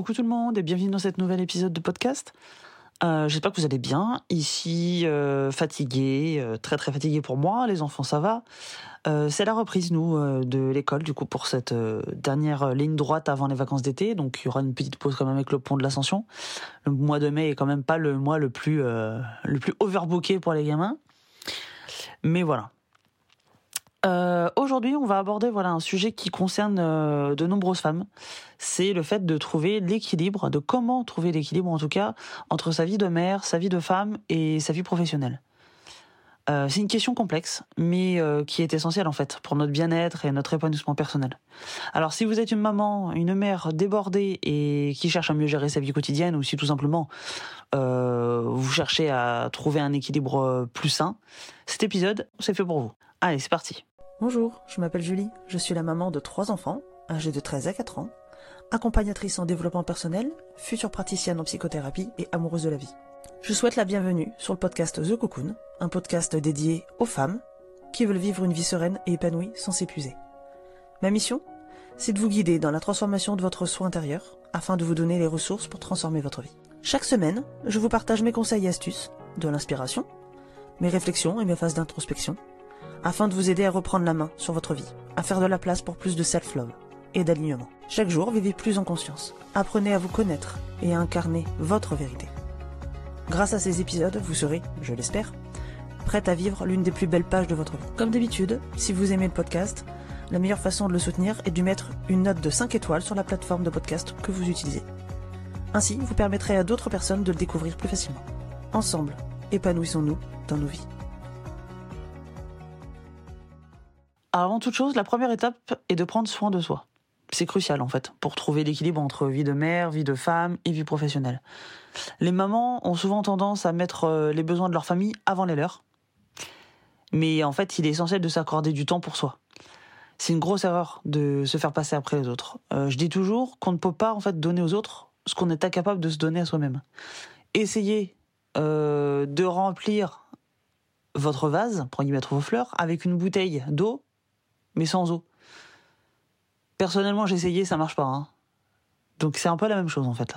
coucou tout le monde et bienvenue dans cet nouvel épisode de podcast. J'espère que vous allez bien. Ici, fatigué, très très fatigué pour moi. Les enfants, ça va. C'est la reprise, nous, de l'école, du coup, pour cette dernière ligne droite avant les vacances d'été. Donc, il y aura une petite pause quand même avec le pont de l'Ascension. Le mois de mai est quand même pas le mois le plus overbooké pour les gamins. Mais voilà. Aujourd'hui, on va aborder un sujet qui concerne de nombreuses femmes. C'est le fait de trouver l'équilibre, de comment trouver l'équilibre en tout cas, entre sa vie de mère, sa vie de femme et sa vie professionnelle. C'est une question complexe, mais qui est essentielle en fait pour notre bien-être et notre épanouissement personnel. Alors si vous êtes une maman, une mère débordée et qui cherche à mieux gérer sa vie quotidienne, ou si tout simplement vous cherchez à trouver un équilibre plus sain, cet épisode, c'est fait pour vous. Allez, c'est parti. Bonjour, je m'appelle Julie, je suis la maman de 3 enfants, âgés de 13 à 4 ans, accompagnatrice en développement personnel, future praticienne en psychothérapie et amoureuse de la vie. Je souhaite la bienvenue sur le podcast The Cocoon, un podcast dédié aux femmes qui veulent vivre une vie sereine et épanouie sans s'épuiser. Ma mission, c'est de vous guider dans la transformation de votre soi intérieur afin de vous donner les ressources pour transformer votre vie. Chaque semaine, je vous partage mes conseils et astuces, de l'inspiration, mes réflexions et mes phases d'introspection, afin de vous aider à reprendre la main sur votre vie, à faire de la place pour plus de self-love et d'alignement. Chaque jour, vivez plus en conscience. Apprenez à vous connaître et à incarner votre vérité. Grâce à ces épisodes, vous serez, je l'espère, prête à vivre l'une des plus belles pages de votre vie. Comme d'habitude, si vous aimez le podcast, la meilleure façon de le soutenir est de lui mettre une note de 5 étoiles sur la plateforme de podcast que vous utilisez. Ainsi, vous permettrez à d'autres personnes de le découvrir plus facilement. Ensemble, épanouissons-nous dans nos vies. Alors, avant toute chose, la première étape est de prendre soin de soi. C'est crucial en fait, pour trouver l'équilibre entre vie de mère, vie de femme et vie professionnelle. Les mamans ont souvent tendance à mettre les besoins de leur famille avant les leurs. Mais en fait, il est essentiel de s'accorder du temps pour soi. C'est une grosse erreur de se faire passer après les autres. Je dis toujours qu'on ne peut pas en fait donner aux autres ce qu'on est incapable de se donner à soi-même. Essayez de remplir votre vase, pour y mettre vos fleurs, avec une bouteille d'eau, mais sans eau. Personnellement, j'ai essayé, ça marche pas. Hein. Donc c'est un peu la même chose en fait là.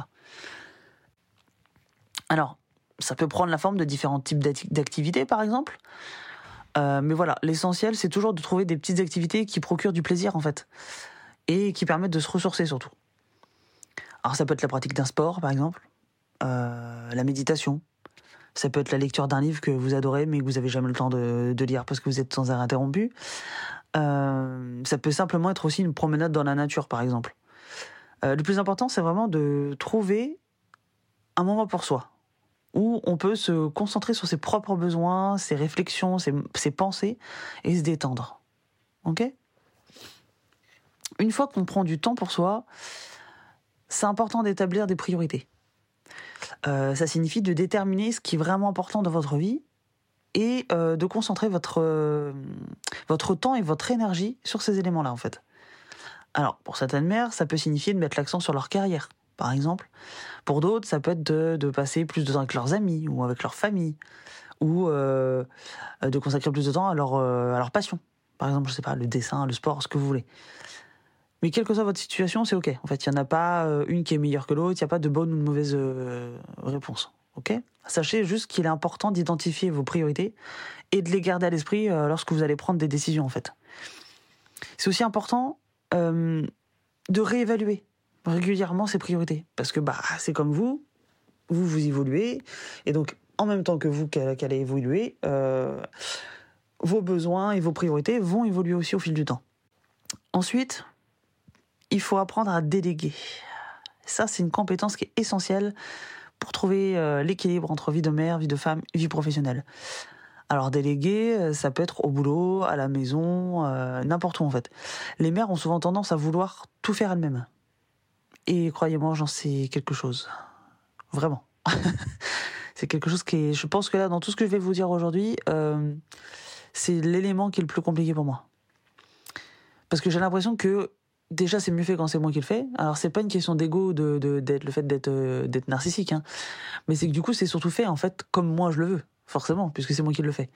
Alors, ça peut prendre la forme de différents types d'activités par exemple. Mais voilà, l'essentiel c'est toujours de trouver des petites activités qui procurent du plaisir en fait. Et qui permettent de se ressourcer surtout. Alors ça peut être la pratique d'un sport par exemple. La méditation. Ça peut être la lecture d'un livre que vous adorez mais que vous n'avez jamais le temps de lire parce que vous êtes sans arrêt interrompu. Ça peut simplement être aussi une promenade dans la nature, par exemple. Le plus important, c'est vraiment de trouver un moment pour soi, où on peut se concentrer sur ses propres besoins, ses réflexions, ses pensées, et se détendre. Ok ? Une fois qu'on prend du temps pour soi, c'est important d'établir des priorités. Ça signifie de déterminer ce qui est vraiment important dans votre vie, et de concentrer votre temps et votre énergie sur ces éléments-là, en fait. Alors, pour certaines mères, ça peut signifier de mettre l'accent sur leur carrière, par exemple. Pour d'autres, ça peut être de passer plus de temps avec leurs amis ou avec leur famille, ou de consacrer plus de temps à leur passion. Par exemple, je sais pas, le dessin, le sport, ce que vous voulez. Mais quelle que soit votre situation, c'est ok. En fait, il n'y en a pas une qui est meilleure que l'autre, il n'y a pas de bonne ou de mauvaise réponse. Ok ? Sachez juste qu'il est important d'identifier vos priorités et de les garder à l'esprit lorsque vous allez prendre des décisions, en fait. C'est aussi important de réévaluer régulièrement ces priorités. Parce que c'est comme vous évoluez, et donc en même temps que vous qu'elle allez évoluer, vos besoins et vos priorités vont évoluer aussi au fil du temps. Ensuite, il faut apprendre à déléguer. Ça, c'est une compétence qui est essentielle pour trouver l'équilibre entre vie de mère, vie de femme et vie professionnelle. Alors déléguer, ça peut être au boulot, à la maison, n'importe où en fait. Les mères ont souvent tendance à vouloir tout faire elles-mêmes. Et croyez-moi, j'en sais quelque chose. Vraiment. C'est quelque chose qui est... Je pense que là, dans tout ce que je vais vous dire aujourd'hui, c'est l'élément qui est le plus compliqué pour moi. Parce que j'ai l'impression que déjà, c'est mieux fait quand c'est moi qui le fais. Alors, c'est pas une question d'ego, d'être le fait d'être narcissique, hein. Mais c'est que du coup, c'est surtout fait, en fait, comme moi je le veux. Forcément, puisque c'est moi qui le fais.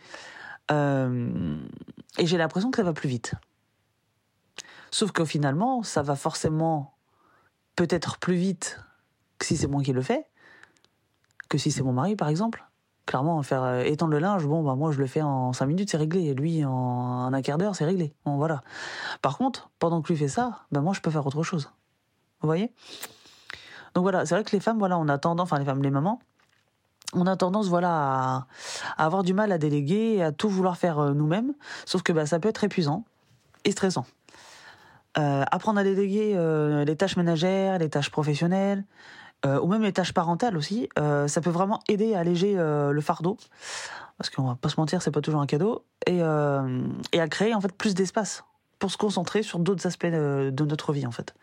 Et j'ai l'impression que ça va plus vite. Sauf que finalement, ça va forcément peut-être plus vite que si c'est moi qui le fais, que si c'est mon mari, par exemple. Clairement, faire étendre le linge, bon, bah, moi, je le fais en 5 minutes, c'est réglé. Et lui, en un quart d'heure, c'est réglé. Bon, voilà. Par contre, pendant que lui fait ça, bah, moi, je peux faire autre chose. Vous voyez ? Donc voilà, c'est vrai que les femmes, voilà, on a tendance, enfin les femmes, les mamans, on a tendance, voilà, à avoir du mal à déléguer et à tout vouloir faire nous-mêmes. Sauf que bah, ça peut être épuisant et stressant. Apprendre à déléguer les tâches ménagères, les tâches professionnelles, ou même les tâches parentales aussi, ça peut vraiment aider à alléger le fardeau, parce qu'on va pas se mentir, c'est pas toujours un cadeau, et à créer en fait plus d'espace pour se concentrer sur d'autres aspects de notre vie en fait.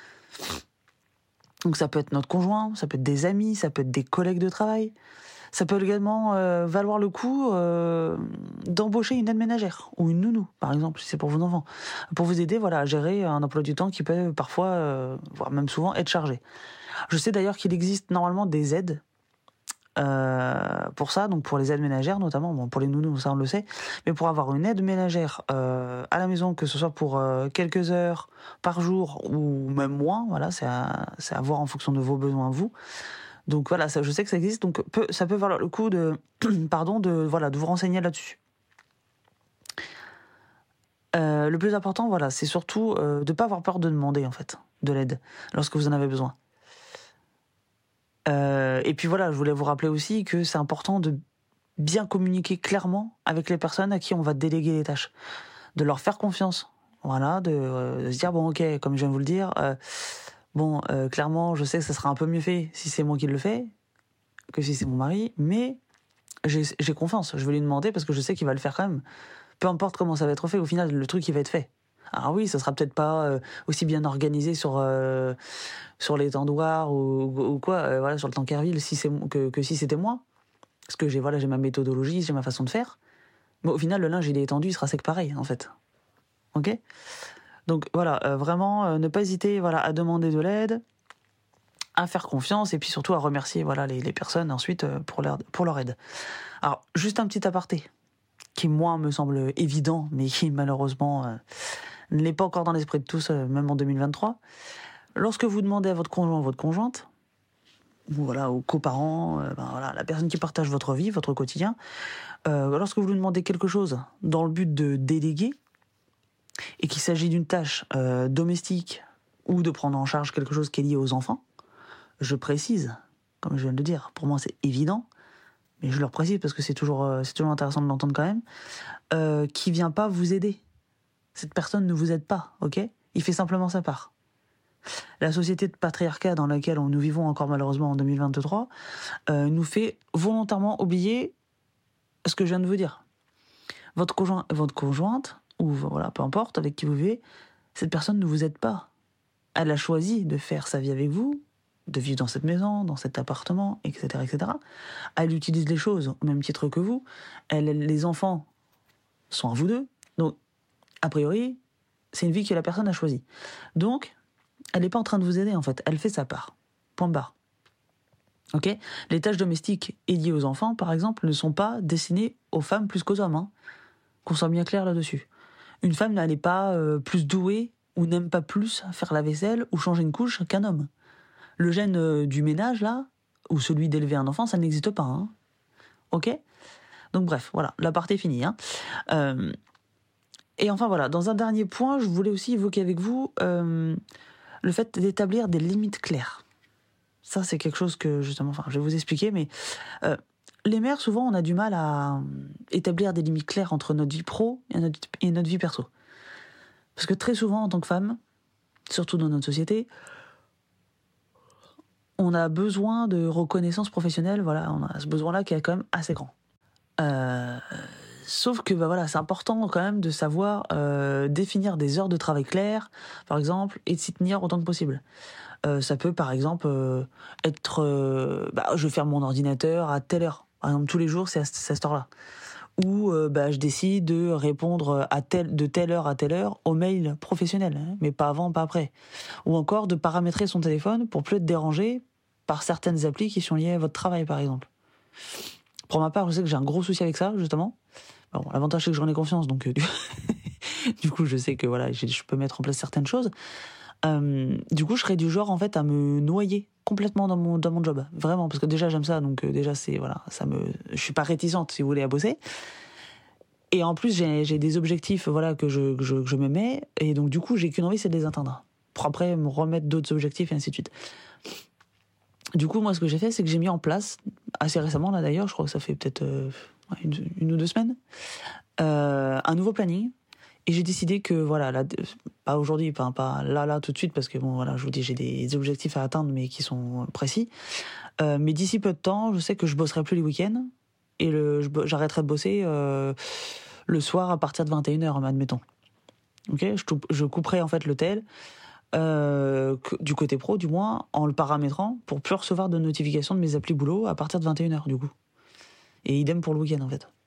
Donc ça peut être notre conjoint, ça peut être des amis, ça peut être des collègues de travail. Ça peut également valoir le coup d'embaucher une aide ménagère ou une nounou, par exemple, si c'est pour vos enfants, pour vous aider voilà, à gérer un emploi du temps qui peut parfois, voire même souvent, être chargé. Je sais d'ailleurs qu'il existe normalement des aides pour ça, donc pour les aides ménagères notamment, bon, pour les nounous, ça on le sait, mais pour avoir une aide ménagère à la maison, que ce soit pour quelques heures par jour ou même moins, voilà, c'est à voir en fonction de vos besoins, vous. Donc voilà, ça, je sais que ça existe, donc ça peut valoir le coup de, de vous renseigner là-dessus. Le plus important, voilà, c'est surtout de ne pas avoir peur de demander en fait de l'aide lorsque vous en avez besoin. Et puis voilà, je voulais vous rappeler aussi que c'est important de bien communiquer clairement avec les personnes à qui on va déléguer les tâches, de leur faire confiance, voilà, de se dire bon ok, comme je viens de vous le dire. Clairement, je sais que ça sera un peu mieux fait si c'est moi qui le fais que si c'est mon mari, mais j'ai confiance. Je vais lui demander parce que je sais qu'il va le faire quand même. Peu importe comment ça va être fait, au final, le truc, il va être fait. Alors oui, ça sera peut-être pas aussi bien organisé sur les tendoirs ou quoi, voilà, sur le Tankerville que si c'était moi. Parce que j'ai ma méthodologie, j'ai ma façon de faire. Mais au final, le linge, il est étendu, il sera sec pareil, en fait. Ok ? Donc voilà, vraiment, ne pas hésiter à demander de l'aide, à faire confiance et puis surtout à remercier les personnes ensuite pour leur aide. Alors, juste un petit aparté qui, moi, me semble évident, mais qui, malheureusement, ne l'est pas encore dans l'esprit de tous, même en 2023. Lorsque vous demandez à votre conjoint ou votre conjointe, ou aux coparents, la personne qui partage votre vie, votre quotidien, lorsque vous lui demandez quelque chose dans le but de déléguer, et qu'il s'agit d'une tâche domestique ou de prendre en charge quelque chose qui est lié aux enfants, je précise, comme je viens de le dire, pour moi c'est évident, mais je le précise parce que c'est toujours intéressant de l'entendre quand même, qui vient pas vous aider. Cette personne ne vous aide pas, ok ? Il fait simplement sa part. La société de patriarcat dans laquelle nous vivons encore malheureusement en 2023 nous fait volontairement oublier ce que je viens de vous dire. Votre conjointe, ou peu importe avec qui vous vivez, cette personne ne vous aide pas. Elle a choisi de faire sa vie avec vous, de vivre dans cette maison, dans cet appartement, etc., etc. Elle utilise les choses au même titre que vous. Les enfants sont à vous deux. Donc, a priori, c'est une vie que la personne a choisie. Donc, elle n'est pas en train de vous aider, en fait. Elle fait sa part. Point barre. Ok ? Les tâches domestiques et liées aux enfants, par exemple, ne sont pas destinées aux femmes plus qu'aux hommes. Qu'on soit bien clair là-dessus. Une femme n'est pas plus douée ou n'aime pas plus faire la vaisselle ou changer une couche qu'un homme. Le gène du ménage, là, ou celui d'élever un enfant, ça n'existe pas. Ok ? Donc bref, voilà, la partie est finie. Et enfin, dans un dernier point, je voulais aussi évoquer avec vous le fait d'établir des limites claires. Ça, c'est quelque chose que, justement, je vais vous expliquer, mais les mères, souvent, on a du mal à établir des limites claires entre notre vie pro et notre vie perso. Parce que très souvent, en tant que femme, surtout dans notre société, on a besoin de reconnaissance professionnelle, on a ce besoin-là qui est quand même assez grand. Sauf que c'est important quand même de savoir définir des heures de travail claires, par exemple, et de s'y tenir autant que possible. Ça peut, par exemple, être... je vais faire mon ordinateur à telle heure. Par exemple, tous les jours, c'est à cette heure-là. Ou je décide de répondre de telle heure à telle heure aux mails professionnels, mais pas avant, pas après. Ou encore de paramétrer son téléphone pour plus être dérangé par certaines applis qui sont liées à votre travail, par exemple. Pour ma part, je sais que j'ai un gros souci avec ça, justement. Bon, l'avantage, c'est que j'en ai confiance, donc du coup, je sais que je peux mettre en place certaines choses. Du coup, je serais du genre, en fait, à me noyer complètement dans mon job, vraiment, parce que déjà j'aime ça, donc déjà c'est voilà, je suis pas réticente si vous voulez à bosser. Et en plus j'ai des objectifs voilà que je me mets, et donc du coup j'ai qu'une envie, c'est de les atteindre. Pour après me remettre d'autres objectifs et ainsi de suite. Du coup moi ce que j'ai fait, c'est que j'ai mis en place assez récemment là d'ailleurs, je crois que ça fait peut-être une ou 2 semaines, un nouveau planning. Et j'ai décidé que, voilà, là, pas aujourd'hui, pas là, tout de suite, parce que, bon, voilà, je vous dis, j'ai des objectifs à atteindre, mais qui sont précis. Mais d'ici peu de temps, je sais que je bosserai plus les week-ends, et j'arrêterai de bosser le soir à partir de 21h, admettons. Ok, je couperai, en fait, le tel, du côté pro, du moins, en le paramétrant, pour plus recevoir de notifications de mes applis boulot à partir de 21h, du coup. Et idem pour le week-end, en fait.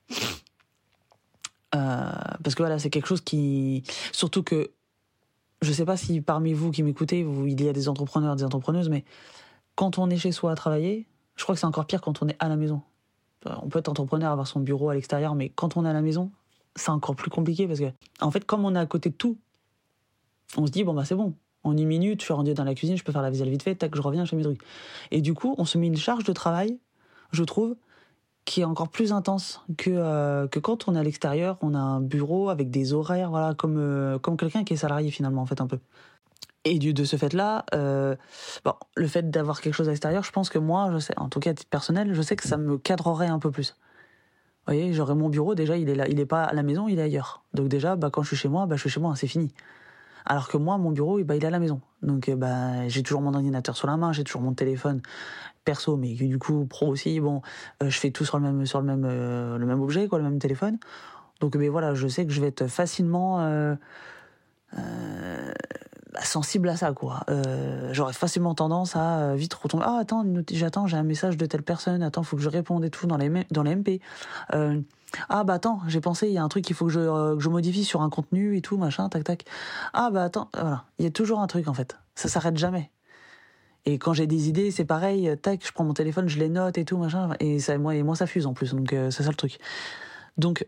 Parce que voilà, c'est quelque chose qui... Surtout que, je sais pas si parmi vous qui m'écoutez, il y a des entrepreneurs, des entrepreneuses, mais quand on est chez soi à travailler, je crois que c'est encore pire quand on est à la maison. On peut être entrepreneur, avoir son bureau à l'extérieur, mais quand on est à la maison, c'est encore plus compliqué parce que, en fait, comme on est à côté de tout, on se dit, bon bah c'est bon, en 1 minute, je suis rendu dans la cuisine, je peux faire la vaisselle vite fait, tac, je reviens, je fais mes trucs. Et du coup, on se met une charge de travail, je trouve, qui est encore plus intense que quand on est à l'extérieur, on a un bureau avec des horaires, voilà, comme quelqu'un qui est salarié finalement, en fait, un peu. Et de ce fait-là, le fait d'avoir quelque chose à l'extérieur, je pense que moi, je sais, en tout cas à titre personnel, je sais que ça me cadrerait un peu plus. Vous voyez, j'aurais mon bureau, déjà, il est là, il est pas à la maison, il est ailleurs. Donc déjà, quand je suis chez moi, je suis chez moi, c'est fini. Alors que moi, mon bureau, il est à la maison. Donc j'ai toujours mon ordinateur sur la main, j'ai toujours mon téléphone perso, mais du coup pro aussi. Bon, je fais tout sur le même objet, quoi, le même téléphone. Donc voilà, je sais que je vais être facilement sensible à ça, quoi. J'aurais facilement tendance à vite retomber. Ah attends, j'ai un message de telle personne. Attends, faut que je réponde et tout dans les MP. Attends, j'ai pensé, il y a un truc qu'il faut que je modifie sur un contenu et tout, machin, tac tac. Attends, voilà, il y a toujours un truc en fait. Ça s'arrête jamais. Et quand j'ai des idées, c'est pareil, tac, je prends mon téléphone, je les note et tout, machin, et moi ça fuse en plus, donc c'est ça le truc. Donc,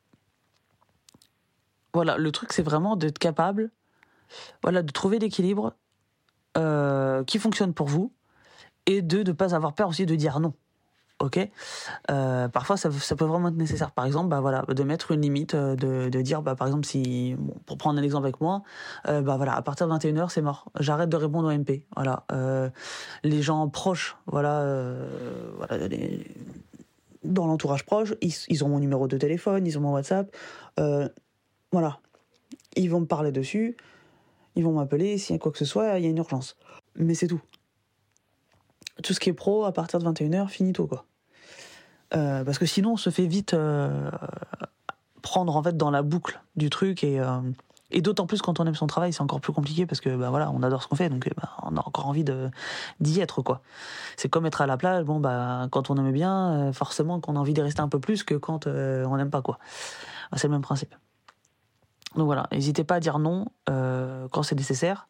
voilà, le truc c'est vraiment d'être capable, voilà, de trouver l'équilibre qui fonctionne pour vous, et de ne pas avoir peur aussi de dire non. Ok, parfois ça peut vraiment être nécessaire. Par exemple, de mettre une limite, de dire, par exemple, si, pour prendre un exemple avec moi, à partir de 21h, c'est mort. J'arrête de répondre aux MP. Voilà, les gens proches, dans l'entourage proche, ils ont mon numéro de téléphone, ils ont mon WhatsApp, voilà, ils vont me parler dessus, ils vont m'appeler s'il y a quoi que ce soit, il y a une urgence. Mais c'est tout. Tout ce qui est pro, à partir de 21h, finito, quoi. Parce que sinon, on se fait vite prendre, en fait, dans la boucle du truc, et d'autant plus quand on aime son travail, c'est encore plus compliqué, parce que, on adore ce qu'on fait, donc on a encore envie d'y être, quoi. C'est comme être à la plage, quand on aime bien, forcément qu'on a envie d'y rester un peu plus que quand on n'aime pas, quoi. C'est le même principe. Donc voilà, n'hésitez pas à dire non quand c'est nécessaire.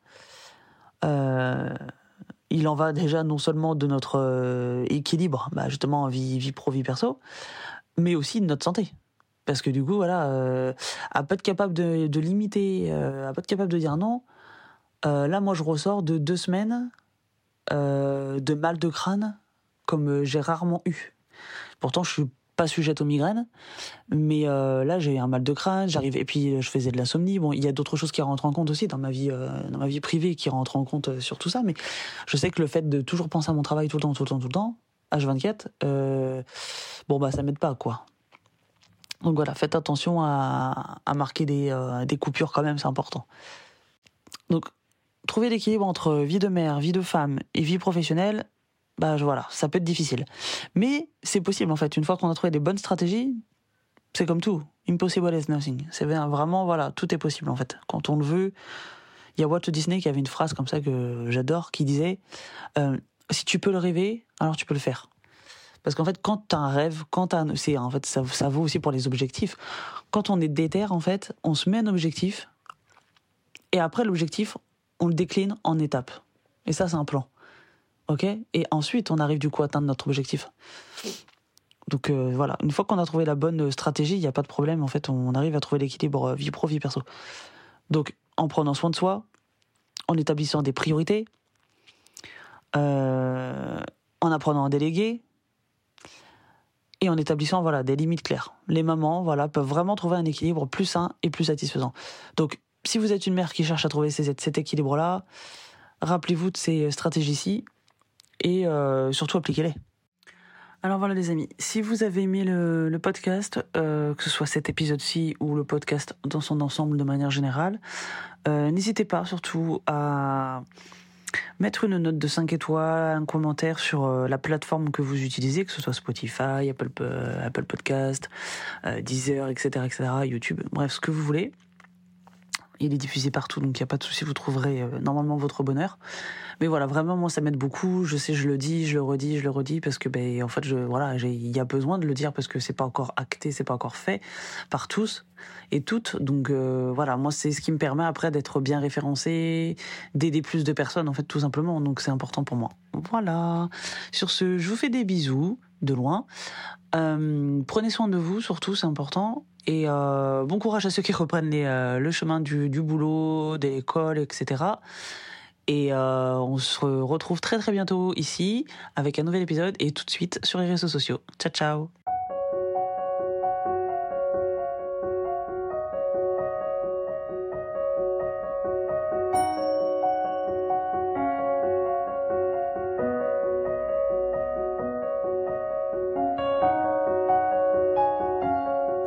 Il en va déjà non seulement de notre équilibre, justement vie pro, vie perso, mais aussi de notre santé. Parce que du coup, voilà, à pas être capable de limiter, à pas être capable de dire non, là, moi, je ressors de 2 semaines de mal de crâne comme j'ai rarement eu. Pourtant, je suis pas sujette aux migraines, mais là j'ai un mal de crâne, et puis je faisais de l'insomnie. Bon, il y a d'autres choses qui rentrent en compte aussi dans ma vie privée, qui rentrent en compte sur tout ça, mais je sais que le fait de toujours penser à mon travail tout le temps, H24, ça m'aide pas, quoi. Donc voilà, faites attention à marquer des coupures quand même, c'est important. Donc, trouver l'équilibre entre vie de mère, vie de femme et vie professionnelle, voilà, ça peut être difficile. Mais c'est possible, en fait. Une fois qu'on a trouvé des bonnes stratégies, c'est comme tout. Impossible is nothing. C'est vraiment, voilà, tout est possible, en fait. Quand on le veut. Il y a Walt Disney qui avait une phrase comme ça que j'adore, qui disait si tu peux le rêver, alors tu peux le faire. Parce qu'en fait, quand t'as un rêve, ça vaut aussi pour les objectifs. Quand on est déter, en fait, on se met un objectif, et après l'objectif, on le décline en étapes. Et ça, c'est un plan. Ok ? Et ensuite, on arrive du coup à atteindre notre objectif. Donc voilà, une fois qu'on a trouvé la bonne stratégie, il n'y a pas de problème. En fait, on arrive à trouver l'équilibre vie pro, vie perso. Donc, en prenant soin de soi, en établissant des priorités, en apprenant à déléguer et en établissant des limites claires. Les mamans peuvent vraiment trouver un équilibre plus sain et plus satisfaisant. Donc, si vous êtes une mère qui cherche à trouver cet équilibre-là, rappelez-vous de ces stratégies-ci et surtout appliquez-les. Alors voilà les amis, si vous avez aimé le podcast, que ce soit cet épisode-ci ou le podcast dans son ensemble de manière générale, n'hésitez pas surtout à mettre une note de 5 étoiles, un commentaire sur la plateforme que vous utilisez, que ce soit Spotify, Apple Podcast, Deezer, etc., YouTube, bref, ce que vous voulez. Il est diffusé partout, donc il n'y a pas de souci, vous trouverez normalement votre bonheur. Mais voilà, vraiment, moi, ça m'aide beaucoup. Je sais, je le dis, je le redis, parce que, en fait, il y a besoin de le dire parce que c'est pas encore acté, c'est pas encore fait par tous et toutes. Donc moi, c'est ce qui me permet après d'être bien référencé, d'aider plus de personnes, en fait, tout simplement. Donc c'est important pour moi. Voilà. Sur ce, je vous fais des bisous de loin. Prenez soin de vous, surtout, c'est important. Et bon courage à ceux qui reprennent le chemin du boulot, de l'école, etc. Et on se retrouve très très bientôt ici avec un nouvel épisode et tout de suite sur les réseaux sociaux. Ciao ciao.